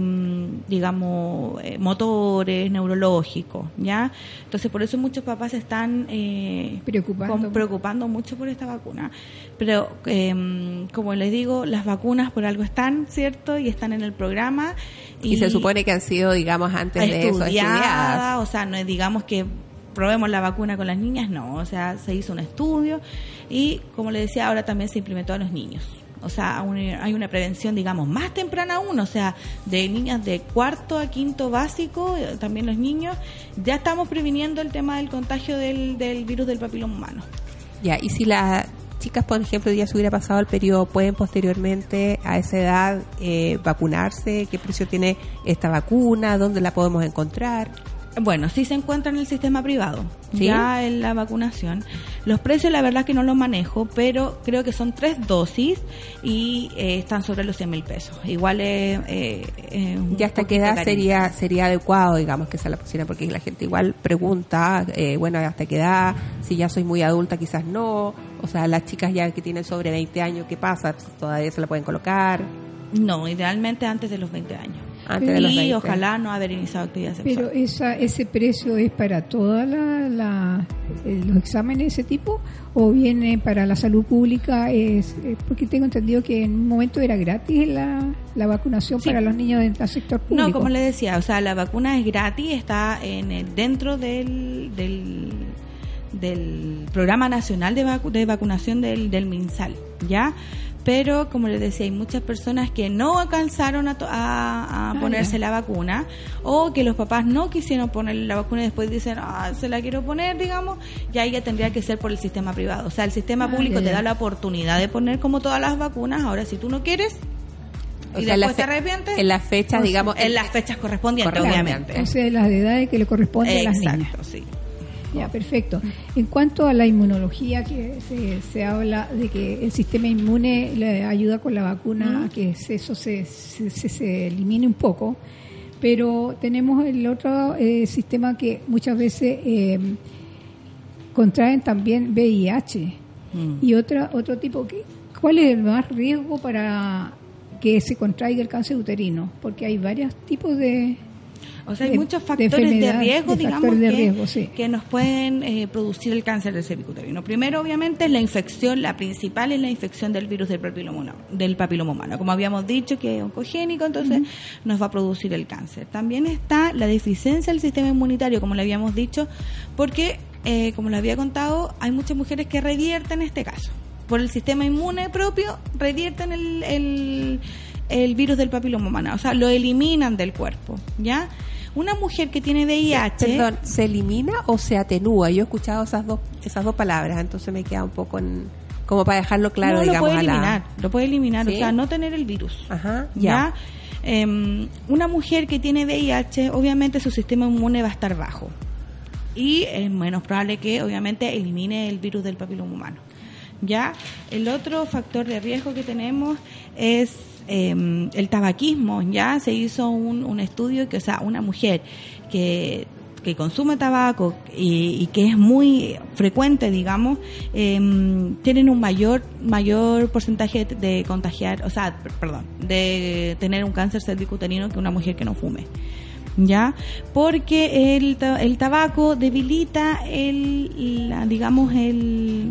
digamos, eh, motores, neurológicos, ya. Entonces, por eso muchos papás se están eh,
preocupando.
Con, preocupando mucho por esta vacuna. Pero, eh, como les digo, las vacunas por algo están, ¿cierto? Y están en el programa.
Y, y se supone que han sido, digamos, antes de eso estudiadas.
O sea, no es, digamos, que probemos la vacuna con las niñas, no. O sea, se hizo un estudio y, como le decía, ahora también se implementó a los niños. O sea, hay una prevención, digamos, más temprana aún, o sea, de niñas de cuarto a quinto básico, también los niños, ya estamos previniendo el tema del contagio del, del virus del papiloma humano.
Ya, y si las chicas, por ejemplo, ya se hubiera pasado el periodo, ¿pueden posteriormente a esa edad eh, vacunarse? ¿Qué precio tiene esta vacuna? ¿Dónde la podemos encontrar?
Bueno, sí se encuentra en el sistema privado,
¿sí?
Ya en la vacunación. Los precios, la verdad que no los manejo, pero creo que son tres dosis y eh, están sobre los cien mil pesos. Igual es... Eh, eh,
¿Y hasta qué edad sería sería adecuado, digamos, que se la pusieran? Porque la gente igual pregunta, eh, bueno, ¿hasta qué edad? Si ya soy muy adulta, quizás no. O sea, las chicas ya que tienen sobre veinte años, ¿qué pasa? ¿Todavía se la pueden colocar?
No, idealmente antes de los veinte años.
Antes de los
y
veinte.
ojalá no haber iniciado actividad sexual.
Pero esa, ese precio es para todos la, la, eh, los exámenes de ese tipo, o viene para la salud pública, es, es porque tengo entendido que en un momento era gratis la, la vacunación sí. para los niños del sector público.
No, como le decía, o sea, la vacuna es gratis, está en el, dentro del, del del programa nacional de, vacu- de vacunación del, del MinSal, ¿ya? Pero, como les decía, hay muchas personas que no alcanzaron a, to- a, a ah, ponerse ya. la vacuna, o que los papás no quisieron ponerle la vacuna y después dicen, ah, se la quiero poner, digamos, y ahí ya tendría que ser por el sistema privado. O sea, el sistema ah, público ya, ya. te da la oportunidad de poner como todas las vacunas. Ahora, si tú no quieres
o
y
sea,
después
fe-
te arrepientes,
en las fechas,
o sea,
digamos,
en las fechas correspondientes,
correspondientes.
obviamente.
O sea, las de edades que le corresponden a las niñas.
Exacto, sí.
Ya, perfecto. En cuanto a la inmunología, que se, se habla de que el sistema inmune le ayuda con la vacuna
¿Mm?
a que eso se, se, se, se elimine un poco, pero tenemos el otro eh, sistema que muchas veces eh, contraen también V I H ¿Mm? y otra otro tipo. Que, ¿cuál es el más riesgo para que se contraiga el cáncer uterino? Porque hay varios tipos de...
O sea, hay
de,
muchos factores de, de riesgo,
de
digamos,
factores de
que,
riesgo, sí.
que nos pueden eh, producir el cáncer del cervicuterino. Primero, obviamente, es la infección, la principal es la infección del virus del papiloma, del papiloma humano. Como habíamos dicho, que es oncogénico, entonces uh-huh. nos va a producir el cáncer. También está la deficiencia del sistema inmunitario, como le habíamos dicho, porque, eh, como le había contado, hay muchas mujeres que revierten este caso. Por el sistema inmune propio, revierten el... el el virus del papiloma humano, o sea, lo eliminan del cuerpo, ¿ya? Una mujer que tiene V I H...
Perdón, ¿se elimina o se atenúa? Yo he escuchado esas dos esas dos palabras, entonces me queda un poco en, como para dejarlo claro,
no,
digamos.
lo puede
a la...
eliminar, lo puede eliminar,
¿sí?
O sea, no tener el virus.
Ajá,
¿ya?
ya.
Eh, una mujer que tiene V I H, obviamente su sistema inmune va a estar bajo y es menos probable que, obviamente, elimine el virus del papiloma humano. ¿Ya? El otro factor de riesgo que tenemos es eh, el tabaquismo. Ya se hizo un, un estudio que, o sea, una mujer que que consume tabaco y, y que es muy frecuente, digamos, eh, tienen un mayor mayor porcentaje de, de contagiar, o sea, p- perdón, de tener un cáncer cervicuterino que una mujer que no fume. ¿Ya? Porque el, el tabaco debilita el, la, digamos, el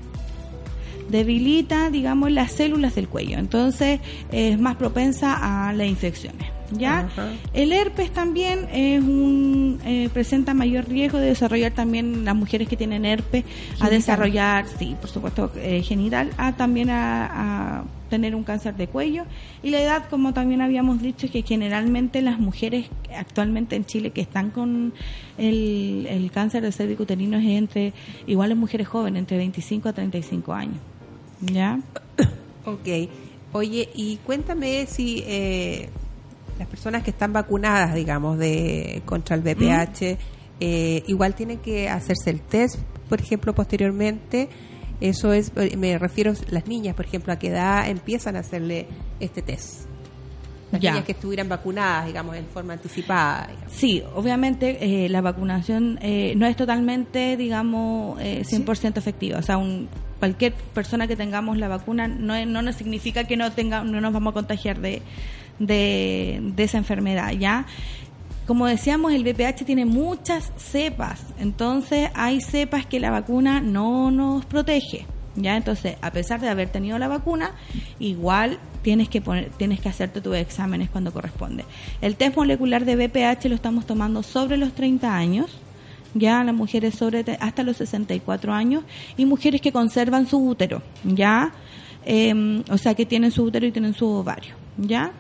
debilita, digamos, las células del cuello, entonces es más propensa a las infecciones, ¿ya? Ajá. El herpes también es un eh, presenta mayor riesgo de desarrollar también las mujeres que tienen herpes genital. A desarrollar, sí, por supuesto, eh, genital, a también a, a tener un cáncer de cuello. Y la edad, como también habíamos dicho, es que generalmente las mujeres actualmente en Chile que están con el, el cáncer de cervicuterino es entre, igual las mujeres jóvenes, entre veinticinco a treinta y cinco años. ¿Ya?
Ok. Oye, y cuéntame si eh, las personas que están vacunadas, digamos, de contra el V I H, ¿Mm? eh, igual tienen que hacerse el test, por ejemplo, posteriormente. Eso es, me refiero a las niñas, por ejemplo, a qué edad empiezan a hacerle este test. Las ya. niñas que estuvieran vacunadas, digamos, en forma anticipada. Digamos.
Sí, obviamente eh, la vacunación eh, no es totalmente, digamos, eh, cien por ciento ¿sí? efectiva. O sea, un, cualquier persona que tengamos la vacuna no, no nos significa que no tenga, no nos vamos a contagiar de, de, de esa enfermedad, ¿ya? Como decíamos, el V I H tiene muchas cepas, entonces hay cepas que la vacuna no nos protege, ¿ya? Entonces, a pesar de haber tenido la vacuna, igual tienes que poner, tienes que hacerte tus exámenes cuando corresponde. El test molecular de V I H lo estamos tomando sobre los treinta años, ya las mujeres sobre hasta los sesenta y cuatro años y mujeres que conservan su útero, ya, eh, o sea que tienen su útero y tienen su ovario, ya.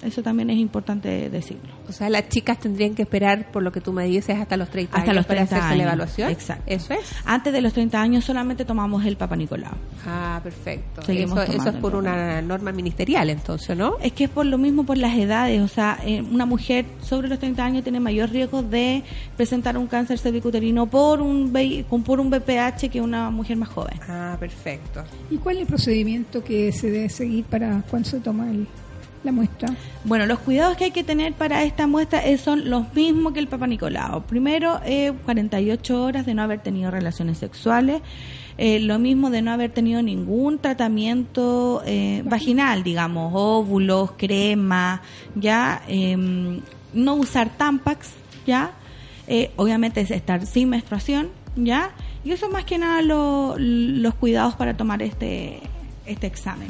Eso también es importante decirlo.
O sea, las chicas tendrían que esperar, por lo que tú me dices, hasta los treinta
hasta
años
los treinta
para hacerse
años.
la evaluación.
Exacto.
¿Eso es?
Antes de los treinta años solamente tomamos el Papa Nicolau.
Ah, perfecto.
Seguimos
Eso, eso es por una norma ministerial, entonces, ¿no?
Es que es por lo mismo, por las edades. O sea, eh, una mujer sobre los treinta años tiene mayor riesgo de presentar un cáncer cervicuterino por un, por un B P H que una mujer más joven.
Ah, perfecto.
¿Y cuál es el procedimiento que se debe seguir para cuando se toma el, la muestra?
Bueno, los cuidados que hay que tener para esta muestra es, son los mismos que el Papa Nicolau. Primero, eh, cuarenta y ocho horas de no haber tenido relaciones sexuales. Eh, lo mismo de no haber tenido ningún tratamiento eh, vaginal, digamos, óvulos, crema, ya, eh, no usar Tampax, ya, eh, obviamente es estar sin menstruación, ya, y eso más que nada lo, los cuidados para tomar este este examen.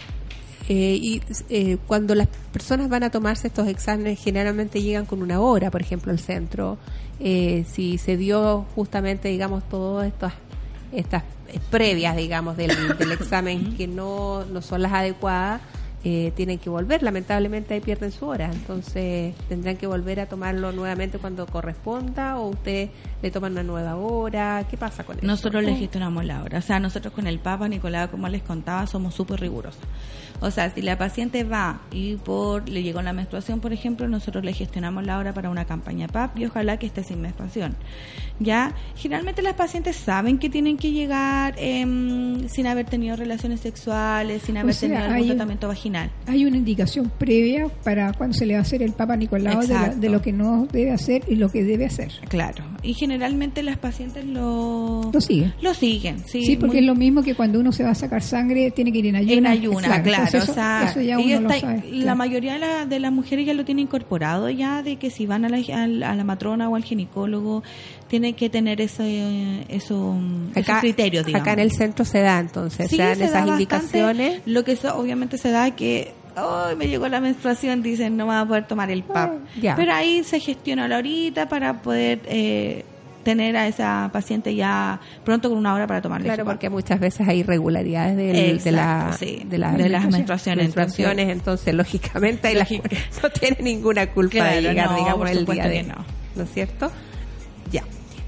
Eh, y eh, cuando las personas van a tomarse estos exámenes, generalmente llegan con una hora, por ejemplo, al centro. Eh, si se dio justamente, digamos, todas estas estas previas, digamos, del, del examen que no, no son las adecuadas, eh, tienen que volver. Lamentablemente ahí pierden su hora. Entonces tendrán que volver a tomarlo nuevamente cuando corresponda, o ustedes le toman una nueva hora. ¿Qué pasa con eso?
Nosotros le gestionamos la hora. O sea, nosotros con el Papa Nicolau, como les contaba, somos súper rigurosos. O sea, si la paciente va y por le llegó la menstruación, por ejemplo, nosotros le gestionamos la hora para una campaña P A P y ojalá que esté sin menstruación. Ya, generalmente las pacientes saben que tienen que llegar eh, sin haber tenido relaciones sexuales, sin haber o sea, tenido algún tratamiento
un,
vaginal.
Hay una indicación previa para cuando se le va a hacer el Papa Nicolau de, la, de lo que no debe hacer y lo que debe hacer.
Claro, y generalmente las pacientes lo,
lo siguen.
Lo siguen, sí.
Sí, porque
muy...
es lo mismo que cuando uno se va a sacar sangre, tiene que ir en ayuna.
En ayuna, claro. claro
Entonces,
o sea,
eso, eso ya uno
está,
lo sabe.
La claro. mayoría de, la, de las mujeres ya lo tienen incorporado ya, de que si van a la, a la, a la matrona o al ginecólogo, tienen que tener ese, eso,
acá,
esos criterios, digamos.
Acá en el centro se da, entonces,
sí,
se dan
se
esas
da
indicaciones.
Bastante. Lo que so, obviamente se da que oh, me llegó la menstruación, dicen, no va a poder tomar el P A P. Oh, yeah. Pero ahí se gestiona la horita para poder eh, tener a esa paciente ya pronto con una hora para tomarle.
Claro, porque muchas veces hay irregularidades del,
Exacto,
de, la,
sí,
de, la,
de las menstruaciones.
menstruaciones entonces, entonces, lógicamente, ahí la, no tiene ninguna culpa
claro,
de llegar,
no,
digamos, el día de...
No.
¿No es cierto? Ya.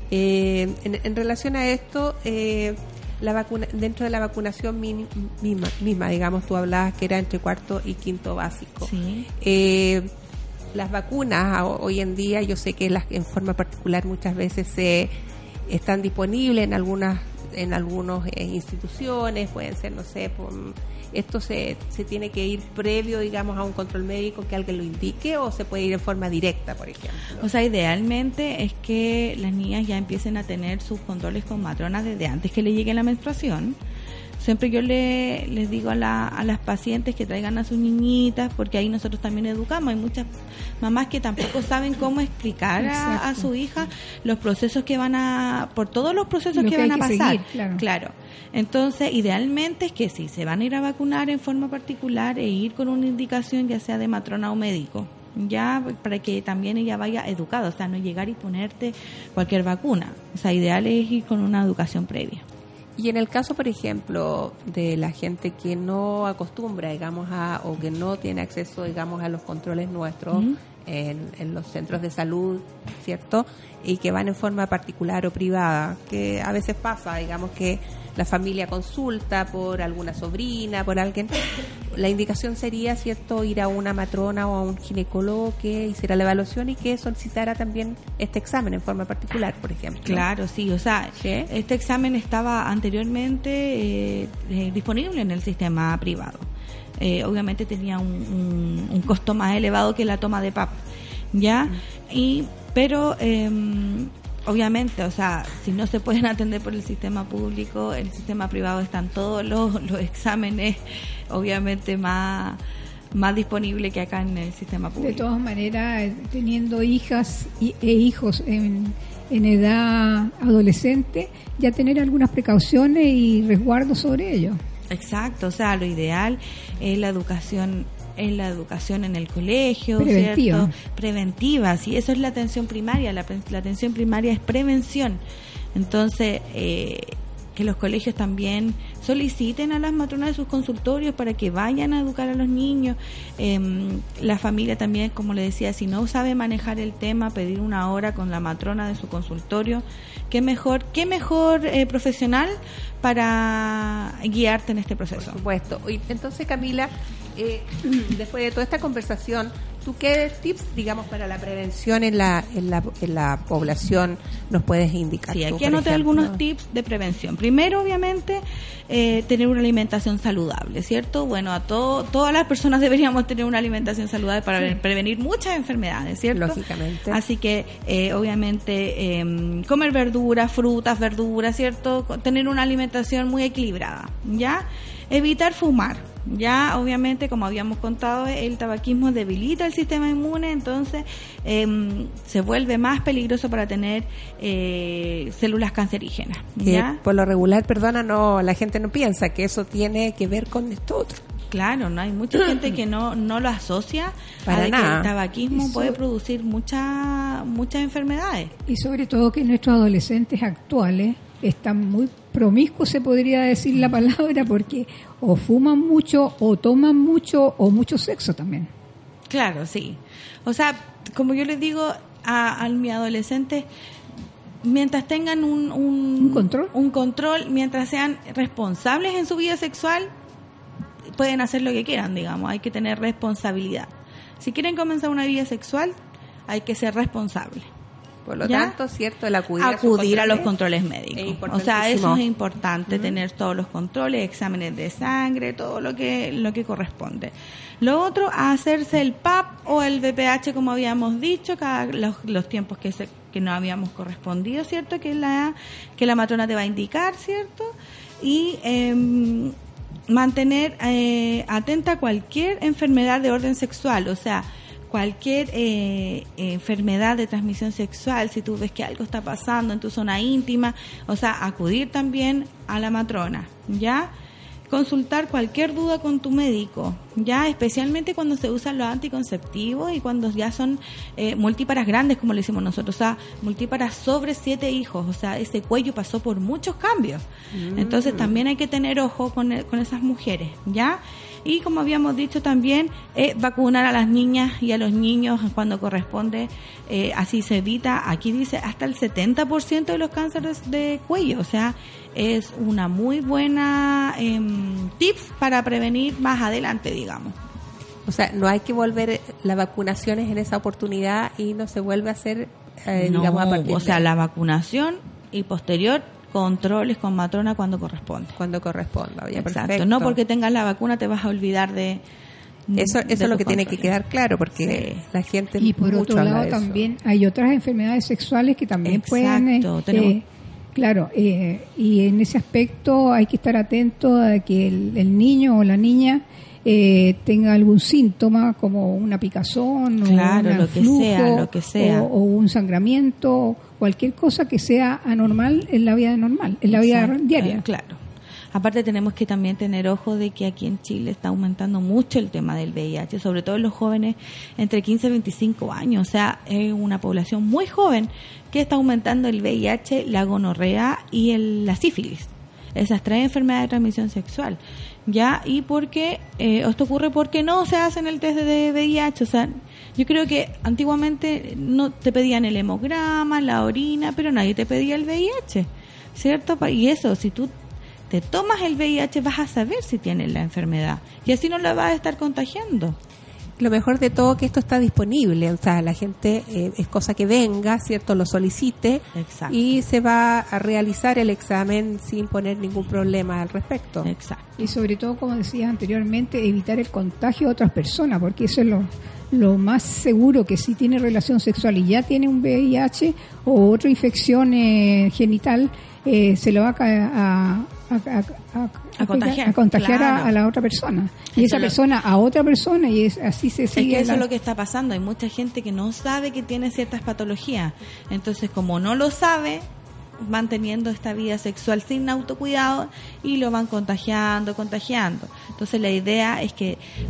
Eh, en, en relación a esto, eh, la vacuna, dentro de la vacunación min, misma, misma, digamos, tú hablabas que era entre cuarto y quinto básico.
Sí.
Eh, las vacunas hoy en día, yo sé que las en forma particular muchas veces se están disponibles en algunas en algunas eh, instituciones, pueden ser, no sé, por, esto se, se tiene que ir previo, digamos, a un control médico que alguien lo indique, o se puede ir en forma directa, por ejemplo.
O sea, idealmente es que las niñas ya empiecen a tener sus controles con matronas desde antes que le llegue la menstruación. Siempre yo le, les digo a, la, a las pacientes que traigan a sus niñitas, porque ahí nosotros también educamos. Hay muchas mamás que tampoco saben cómo explicar a, a su hija los procesos que van a, por todos los procesos que, que van a pasar.
Seguir, claro.
claro. Entonces, idealmente es que sí, se van a ir a vacunar en forma particular e ir con una indicación ya sea de matrona o médico, ya para que también ella vaya educada, o sea, no llegar y ponerte cualquier vacuna. O sea, ideal es ir con una educación previa.
Y en el caso, por ejemplo, de la gente que no acostumbra, digamos, a o que no tiene acceso, digamos, a los controles nuestros uh-huh. en, en los centros de salud, ¿cierto? Y que van en forma particular o privada, que a veces pasa, digamos, que la familia consulta por alguna sobrina, por alguien. La indicación sería, ¿cierto?, ir a una matrona o a un ginecólogo que hiciera la evaluación y que solicitara también este examen en forma particular, por ejemplo.
Claro, sí, o sea, ¿sí? Este examen estaba anteriormente eh, eh, disponible en el sistema privado. Eh, obviamente tenía un, un, un costo más elevado que la toma de P A P, ¿ya? Mm. Y, pero... Eh, obviamente, o sea, si no se pueden atender por el sistema público, en el sistema privado están todos los, los exámenes, obviamente más más disponibles que acá en el sistema público.
De todas maneras, teniendo hijas y, e hijos en, en edad adolescente, ya tener algunas precauciones y resguardos sobre ellos.
Exacto, o sea, lo ideal es la educación en la educación en el colegio,
preventiva,
¿cierto? Preventiva, sí, eso es la atención primaria, la, la atención primaria es prevención. Entonces, eh, que los colegios también soliciten a las matronas de sus consultorios para que vayan a educar a los niños. Eh, la familia también, como le decía, si no sabe manejar el tema, pedir una hora con la matrona de su consultorio. Qué mejor, qué mejor eh, profesional para guiarte en este proceso.
Por supuesto. Entonces, Camila, eh, después de toda esta conversación, ¿tú qué tips, digamos, para la prevención en la en la, en la población nos puedes indicar?
Sí,
tú,
aquí anoté
ejemplo?
algunos tips de prevención. Primero, obviamente, eh, tener una alimentación saludable, ¿cierto? Bueno, a todo, todas las personas deberíamos tener una alimentación saludable para sí. prevenir muchas enfermedades, ¿cierto?
Lógicamente.
Así que, eh, obviamente, eh, comer verduras, frutas, verduras, ¿cierto? Tener una alimentación muy equilibrada, ¿ya? Evitar fumar. Ya, obviamente, como habíamos contado, el tabaquismo debilita el sistema inmune, entonces eh, se vuelve más peligroso para tener eh, células cancerígenas. ¿Ya?
Que por lo regular, perdona, no, la gente no piensa que eso tiene que ver con esto otro.
Claro, no hay mucha gente que no no lo asocia
para
a
nada.
Que el tabaquismo
Eso,
puede producir muchas muchas enfermedades.
Y sobre todo que nuestros adolescentes actuales están muy promiscuos, se podría decir la palabra, porque o fuman mucho, o toman mucho, o mucho sexo también.
Claro, sí. O sea, como yo les digo a, a mi adolescente, mientras tengan un, un,
¿Un control?
un control, mientras sean responsables en su vida sexual, pueden hacer lo que quieran, digamos. Hay que tener responsabilidad. Si quieren comenzar una vida sexual, hay que ser responsable.
Por lo
¿Ya?
tanto, cierto, el acudir,
acudir
a,
a los controles médicos. O sea, eso es importante, uh-huh. tener todos los controles, exámenes de sangre, todo lo que lo que corresponde. Lo otro, hacerse el P A P o el B P H, como habíamos dicho, cada los, los tiempos que se que no habíamos correspondido, ¿cierto? Que la que la matrona te va a indicar, ¿cierto? Y eh, mantener eh, atenta a cualquier enfermedad de orden sexual, o sea, cualquier eh, enfermedad de transmisión sexual, si tú ves que algo está pasando en tu zona íntima, o sea, acudir también a la matrona, ¿ya? Consultar cualquier duda con tu médico, ya, especialmente cuando se usan los anticonceptivos y cuando ya son eh, multíparas grandes, como le decimos nosotros, o sea, multíparas sobre siete hijos, o sea, ese cuello pasó por muchos cambios. Mm. Entonces también hay que tener ojo con, con esas mujeres, ¿ya? Y como habíamos dicho también, eh, vacunar a las niñas y a los niños cuando corresponde, eh, así se evita, aquí dice, hasta el setenta por ciento de los cánceres de cuello, o sea, es una muy buena eh, tips para prevenir más adelante, digamos.
O sea, no hay que volver las vacunaciones en esa oportunidad y no se vuelve a hacer, eh,
no,
digamos, a partir
o sea,
de...
la vacunación y posterior controles con matrona cuando corresponde.
Cuando corresponda, ya,
exacto.
Perfecto.
No porque tengas la vacuna te vas a olvidar de...
Eso, eso
de
es lo que
controles.
tiene que quedar claro, porque sí. la gente
y por
mucho
otro lado
de
también hay otras enfermedades sexuales que también
exacto.
pueden eh,
Tenemos...
eh, claro, eh, y en ese aspecto hay que estar atento a que el, el niño o la niña eh, tenga algún síntoma como una picazón
claro,
o un
lo que
influjo,
sea, lo que sea.
O, o un sangramiento, cualquier cosa que sea anormal en la vida normal, en la vida
exacto.
diaria.
Eh, claro. Aparte tenemos que también tener ojo de que aquí en Chile está aumentando mucho el tema del V I H, sobre todo en los jóvenes entre quince y veinticinco años, o sea, es una población muy joven que está aumentando el V I H, la gonorrea y el, la sífilis, esas tres enfermedades de transmisión sexual, ¿ya? Y porque eh, esto ocurre porque no se hacen el test de V I H, o sea, yo creo que antiguamente no te pedían el hemograma, la orina, pero nadie te pedía el V I H, ¿cierto? Y eso, si tú te tomas el V I H vas a saber si tienes la enfermedad y así no la vas a estar contagiando.
Lo mejor de todo que esto está disponible, o sea, la gente eh, es cosa que venga, ¿cierto? Lo solicite.
Exacto.
Y se va a realizar el examen sin poner ningún problema al respecto.
Exacto.
Y sobre todo, como decías anteriormente, evitar el contagio a otras personas, porque eso es lo, lo más seguro, que si tiene relación sexual y ya tiene un V I H o otra infección eh, genital, eh, se lo va a, a A, a, a,
a contagiar,
a, contagiar
claro.
a, a la otra persona y
eso
esa
lo,
persona a otra persona y es, así se sigue.
Es que eso
la...
es lo que está pasando. Hay mucha gente que no sabe que tiene ciertas patologías. Entonces, como no lo sabe, van teniendo esta vida sexual sin autocuidado y lo van contagiando, contagiando. Entonces, la idea es que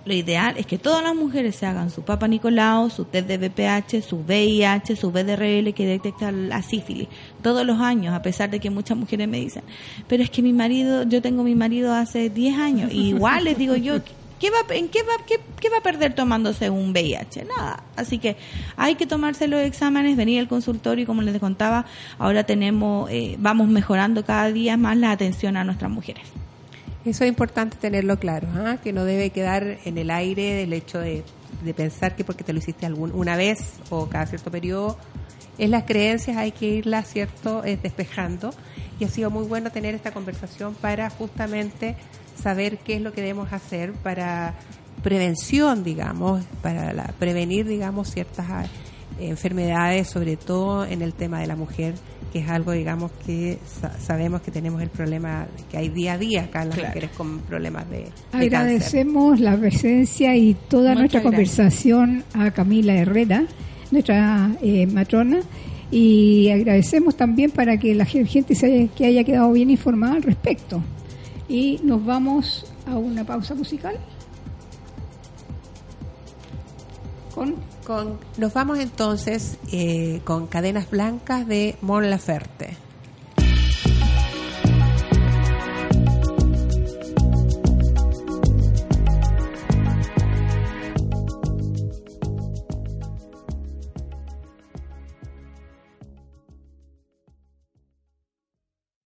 lo ideal es que todas las mujeres se hagan su Papa Nicolau, su test de V P H, su V I H, su B D R L que detecta la sífilis todos los años, a pesar de que muchas mujeres me dicen, pero es que mi marido, yo tengo mi marido hace diez años, y igual les digo yo, ¿qué va, ¿en qué va, qué, qué va a perder tomándose un V I H? Nada. Así que hay que tomarse los exámenes, venir al consultorio, y como les contaba, ahora tenemos, eh, vamos mejorando cada día más la atención a nuestras mujeres.
Eso es importante tenerlo claro, ¿eh? Que no debe quedar en el aire el hecho de, de pensar que porque te lo hiciste algún, una vez o cada cierto periodo, es las creencias, hay que irlas, ¿cierto?, eh, despejando. Y ha sido muy bueno tener esta conversación para justamente saber qué es lo que debemos hacer para prevención, digamos, para la, prevenir, digamos, ciertas eh, enfermedades, sobre todo en el tema de la mujer, que es algo, digamos, que sa- sabemos que tenemos el problema que hay día a día acá en las claro. mujeres con problemas de, de
Agradecemos
cáncer.
La presencia y toda Muchas nuestra gracias. conversación a Camila Herrera, nuestra eh, matrona, y agradecemos también para que la gente se haya, que haya quedado bien informada al respecto. Y nos vamos a una pausa musical. Con,
con nos vamos entonces eh, con Cadenas Blancas de Mon Laferte.